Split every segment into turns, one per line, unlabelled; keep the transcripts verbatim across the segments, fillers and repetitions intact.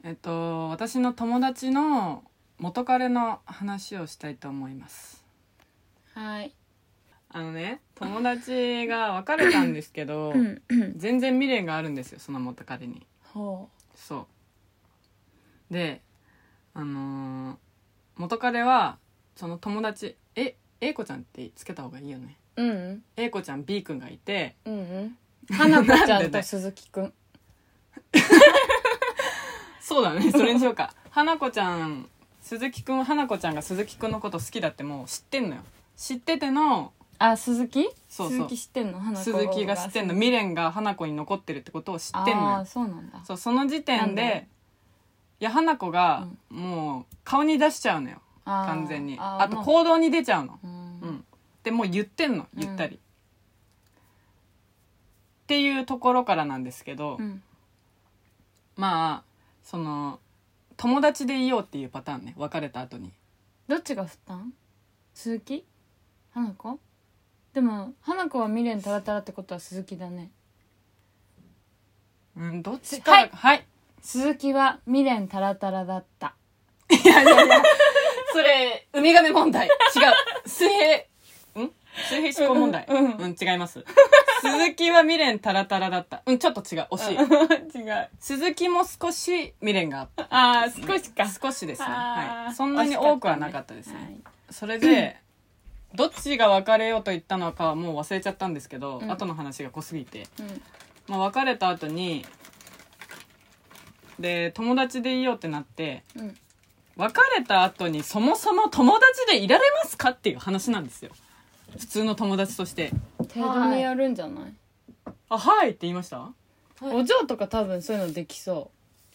えっと私の友達の元彼の話をしたいと思います。
はい。
あのね、友達が別れたんですけど全然未練があるんですよ、その元彼に。
ほ
うそうで、あのー、元彼はその友達え A 子ちゃんってつけた方がいいよね。
うん
A 子ちゃん B 君がいて、
うんうん花子ちゃんと鈴木くん
そうだね、それにしようか。花子ちゃん鈴木くん花子ちゃんが鈴木くんのこと好きだってもう知ってんのよ。知ってての
あ、鈴木
そうそう
鈴木知ってんの。花子
鈴木が知ってんの。未練が花子に残ってるってことを知ってんのよ。
ああ、そうなんだ。
そう、その時点でいや花子がもう顔に出しちゃうのよ、うん、完全に。 あ, あと行動に出ちゃうの、うん、うん、でもう言ってんの、言ったり、うん、っていうところからなんですけど、うん、まあその友達でいようっていうパターンね、別れた後に。
どっちが振ったん？鈴木？花子？でも花子は未練タラタラってことは鈴木だね。
うん、どっちか。
はい、
はい、
鈴木は未練タラタラだった。
いやいやいやそれウミガメ問題。違う、水平ん水平思考問題。うん、うんうん、違います。鈴木は未練タラタラだった。うん、ちょっと違う、惜しい。違う。鈴木も少し未練があった。
ああ、少しか。
少しですね。はい。そんなに多くはなかったですね。はい、それでどっちが別れようと言ったのかはもう忘れちゃったんですけど、うん、後の話が濃すぎて、うん、まあ別れた後にで友達でいようってなって、うん、別れた後にそもそも友達でいられますかっていう話なんですよ、普通の友達として。
手止めやるんじゃない？
あ、はいって言いました。
お嬢とか多分そういうのできそう。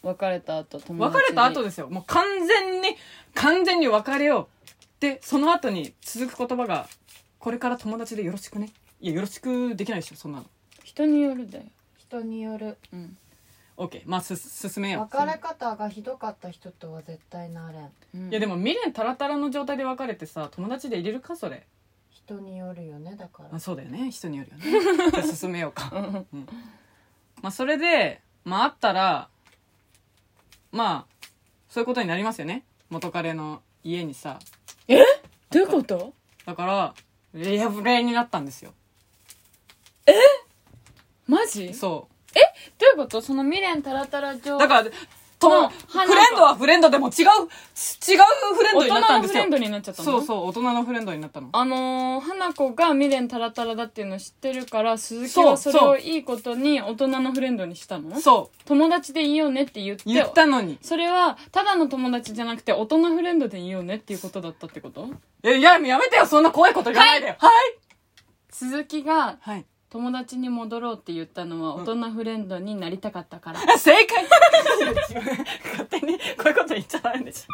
別れた後友達で。
別れた後ですよ、もう完全に完全に別れようで、その後に続く言葉がこれから友達でよろしくね。いや、よろしくできないでしょ、そんなの。
人によるだよ。
人による。
うん。
オッケー、まあす進めよ
う。別れ方がひどかった人とは絶対なれん、
うん、いやでも未練タラタラの状態で別れてさ、友達で入れるかそれ。
人によるよね、だから。
あ、そうだよね、人によるよね。じゃあ進めようか、うん、まあそれでまああったらまあそういうことになりますよね、元彼の家にさ。
え？どういうこと？
だからレアブレになったんですよ。
え？マジ？
そう。
え？どういうこと？その未練タラタラ上
だからとフレンドはフレンドでも違う違うフレンドになったんですよ。
大人のフレンドになっちゃったの？
そうそう、大人のフレンドになったの。
あのー、花子が未練タラタラだっていうのを知ってるから鈴木はそれをいいことに大人のフレンドにしたの？そう。友達でいいよねって言って
言ったのに、
それはただの友達じゃなくて大人フレンドでいいよねっていうことだったってこと？
え、いや、やめてよ、そんな怖いこと言わないでよ。はい、はい、
鈴木が、はい、友達に戻ろうって言ったのは大人フレンドになりたかったから、
うん、正解。勝手にこういうこと言っちゃダメでし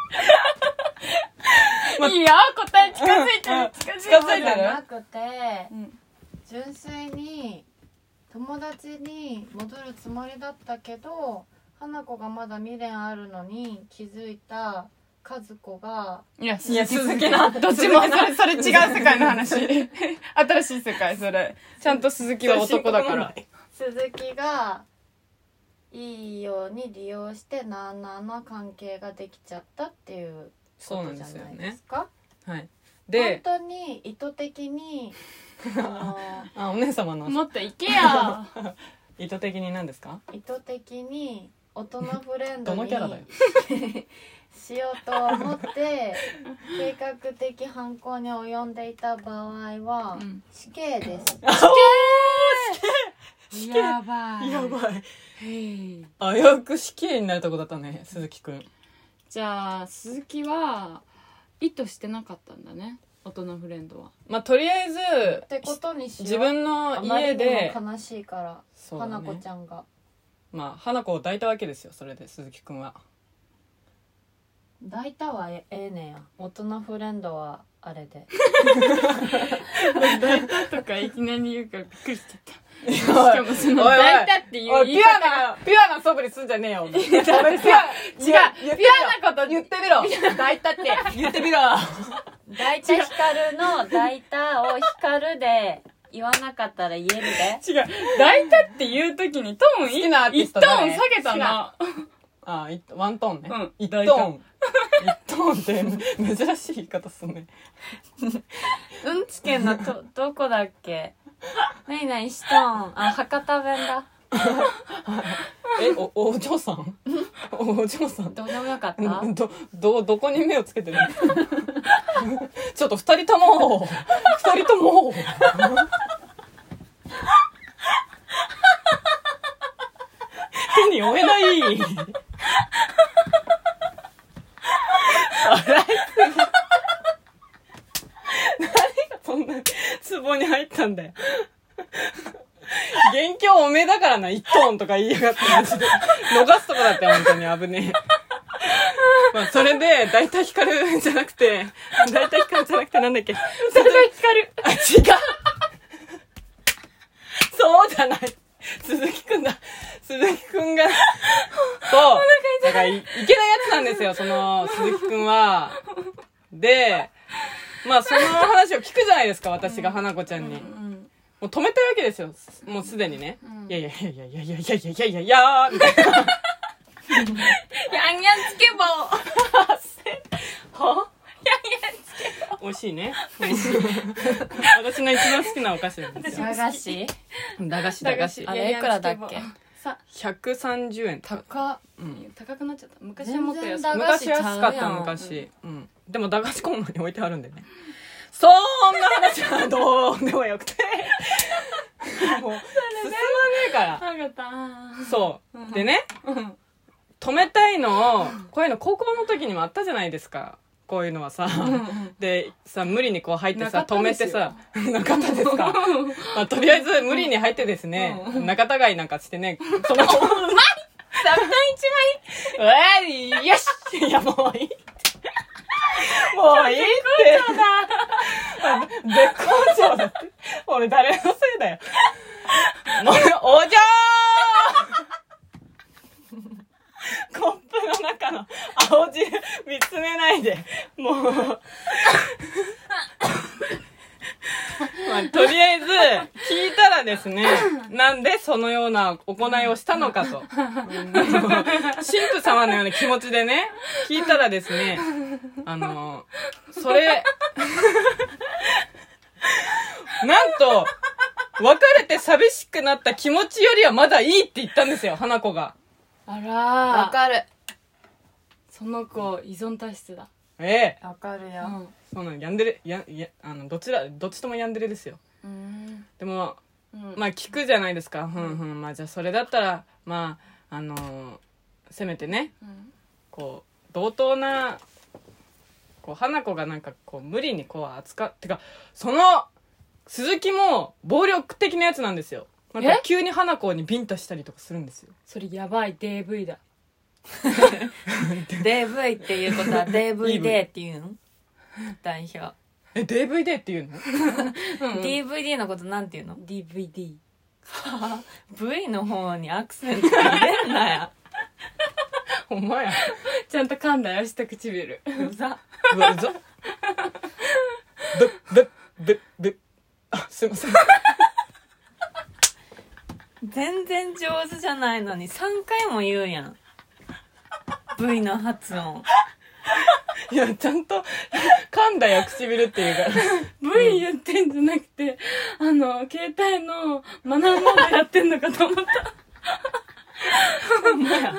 ょ。
いいよ、答え近づいてる、近づいてる。
近づいてるじゃなくて、うん、純粋に友達に戻るつもりだったけど花子がまだ未練あるのに気づいた和子が、
いや、いや鈴木な、どっちもそれ、それ違う世界の話。新しい世界、それ。ちゃんと鈴木は男だから。
鈴木がいいように利用してなあなあな関係ができちゃったっていうことじゃないですか。
はい。で、
本当に意図的にあの
あ、お姉様の
もっと行けや。
意図的に何ですか？
意図的に大人フレンドに
どのキャラだよ。
しようと思って計画的犯行に及んでいた場合は、うん、死刑です。
死刑やばい
やばい。あ、よく死刑になるとこだったね、鈴木くん。
じゃあ鈴木は意図してなかったんだね、大人フレンドは。
まあとりあえず
ってことにしよう。
自分の家で
あまりにも悲しいから、ね、花子ちゃんが
まあ花子を抱いたわけですよ、それで鈴木くんは。
抱いたはええねや。大人フレンドはあれで。
抱いたとかいきなり言うからびっくりしちゃった。しかもその抱いたっていう言い方が
ピュアな素振りすんじゃねえよ。違う、ピュアなこと言ってみろ。
抱いたって
言ってみろ。
抱いた光の抱いたを光で言わなかったら言えるで。
違う、抱いたって言うときにトーンいいな、一トーン下げたな。
ああいワントーンね、
うん、
一トーン一トーンって珍しい言い方すんね。
うんち県のとどこだっけ。なになにシトーン、あ博多弁だ。
えおお嬢さんお嬢さん
どうでもよかった。
どどどこに目をつけてるのちょっと二人とも二人とも手に負えない笑いすぎ何がそんなツボに入ったんだよ。元凶おめえだからな、一トーンとか言いやがってマジで逃すとこだったよ本当に危ねえ。まあそれで大体光るじゃなくて大体光るじゃなくてなんだっけ、
それが光る。
あ違うそうじゃない、鈴木くんだ、鈴木くんがそうだからい, いけないやつなんですよその鈴木くんは。でまあその話を聞くじゃないですか私が花子ちゃんに、うん、もう止めたいわけですよもうすでにね、うん、いやいやいやいやいやいやいやいやいやいやみたいなヤンヤン
つけ棒は
ヤンヤンつけ棒美味しいね美味しい私の一番好きなお菓子なんですよ。
駄菓子
駄菓子駄菓子
あれいくらだっけ。
ひゃくさんじゅうえん
高、
うん、高くなっちゃった。昔はもっと安
かった。昔安かった昔、うんうん、でも駄菓子コーナーに置いてあるんでね。そんな話はどうでもよくてもう進まねえからそう、うん、でね、うん、止めたいのをこういうの高校の時にもあったじゃないですか。こういうのはさ、うん、でさ無理にこう入ってさ止めてさなかったですか、まあ、とりあえず無理に入ってですね、うん、仲違いなんかしてねそのうまいサブタン一枚うわよしいやもういいもういいって絶好調だって俺誰のせいだよもうおじゃーコップの中の青汁見つめないでもうまあ、とりあえず聞いたらですねなんでそのような行いをしたのかと神父様のような気持ちでね聞いたらですねあのそれなんと別れて寂しくなった気持ちよりはまだいいって言ったんですよ花子が。
あら
わかる。
その子依存体質だ。
ええ
わかるよ、うん、
そうなの。ヤンデレややあのどちらどっちともヤンデレですよ。うーんでも、うん、まあ聞くじゃないですか。ふんふんまあじゃあそれだったらまああのー、せめてね、うん、こう同等なこう花子がなんかこう無理にこう扱ってかその鈴木も暴力的なやつなんですよ。なんか急に花子にビンタしたりとかするんですよ。
それやばい ディーブイ だ。
ディーブイ っていうことは ディーブイディー っていうの代表。
え ディーブイディー っていうの、
うん、ディーブイディー のことなんていうの。
ディーブイディー
V の方にアクセント入れんなや
ほんまや
ちゃんと噛んだよ下唇。
うざ
うざうざぶぶぶぶあすいません
全然上手じゃないのにさんかいも言うやん V の発音。
いやちゃんと噛んだよ唇っていうから
V 言ってんじゃなくて、うん、あの携帯のマナーモードやってんのかと思った
ほんまや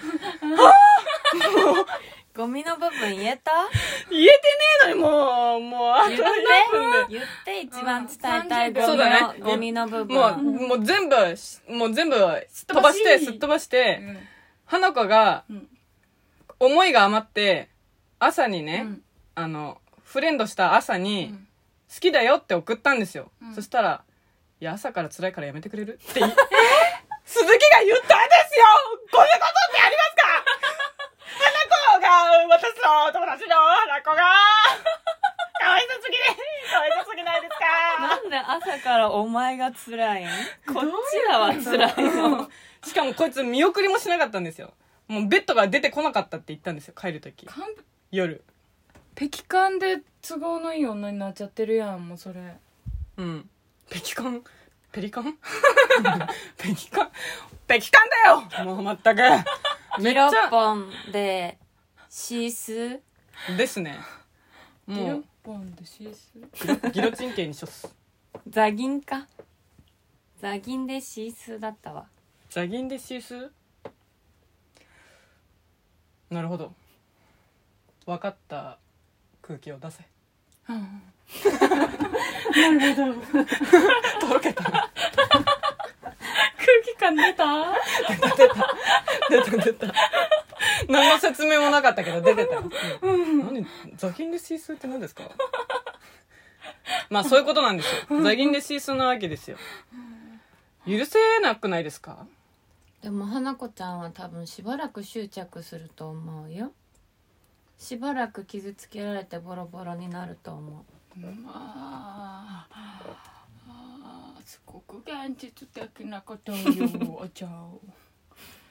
ゴミの部分言えた？
言えてねえのにもうもうあと
言って言って一番伝えたいゴミの、うんね、ゴミの部分
もうもう全部もう全部飛ばしてすっ飛ばして、うん、花子が、うん、思いが余って朝にね、うん、あのフレンドした朝に、うん、好きだよって送ったんですよ、うん、そしたらいや朝から辛いからやめてくれるって鈴木が言ったんですよ。こういうことってありますか？花子が私の友達の花子がかわいそすぎねかわいそすぎないですか？
なんで朝からお前が辛いん？こっちらは辛いの。
しかもこいつ見送りもしなかったんですよ。もうベッドから出てこなかったって言ったんですよ帰るとき夜。
ペキカンで都合のいい女になっちゃってるやんもうそれ。
うんペキカンペリカンペキカンペキカンだよもうまったく
ギロッポンでシース
ですね。もうギロッポンでシースギロ、ギロチン系にしょっす。
ザギンか。ザギンでシースだったわ。
ザギンでシース。なるほど。分かった空気を出せ。うん、なるほど。とろけたな。空
気感出た？
出た出た出た出た。何の説明もなかったけど出てた。うん、何ザギンでシースって何ですか？まあそういうことなんですよ。ザギンでシースなわけですよ。許せなくないですか？
でも花子ちゃんは多分しばらく執着すると思うよ。しばらく傷つけられてボロボロになると思う。まあ、
あすごく現実的なことを言うお嬢。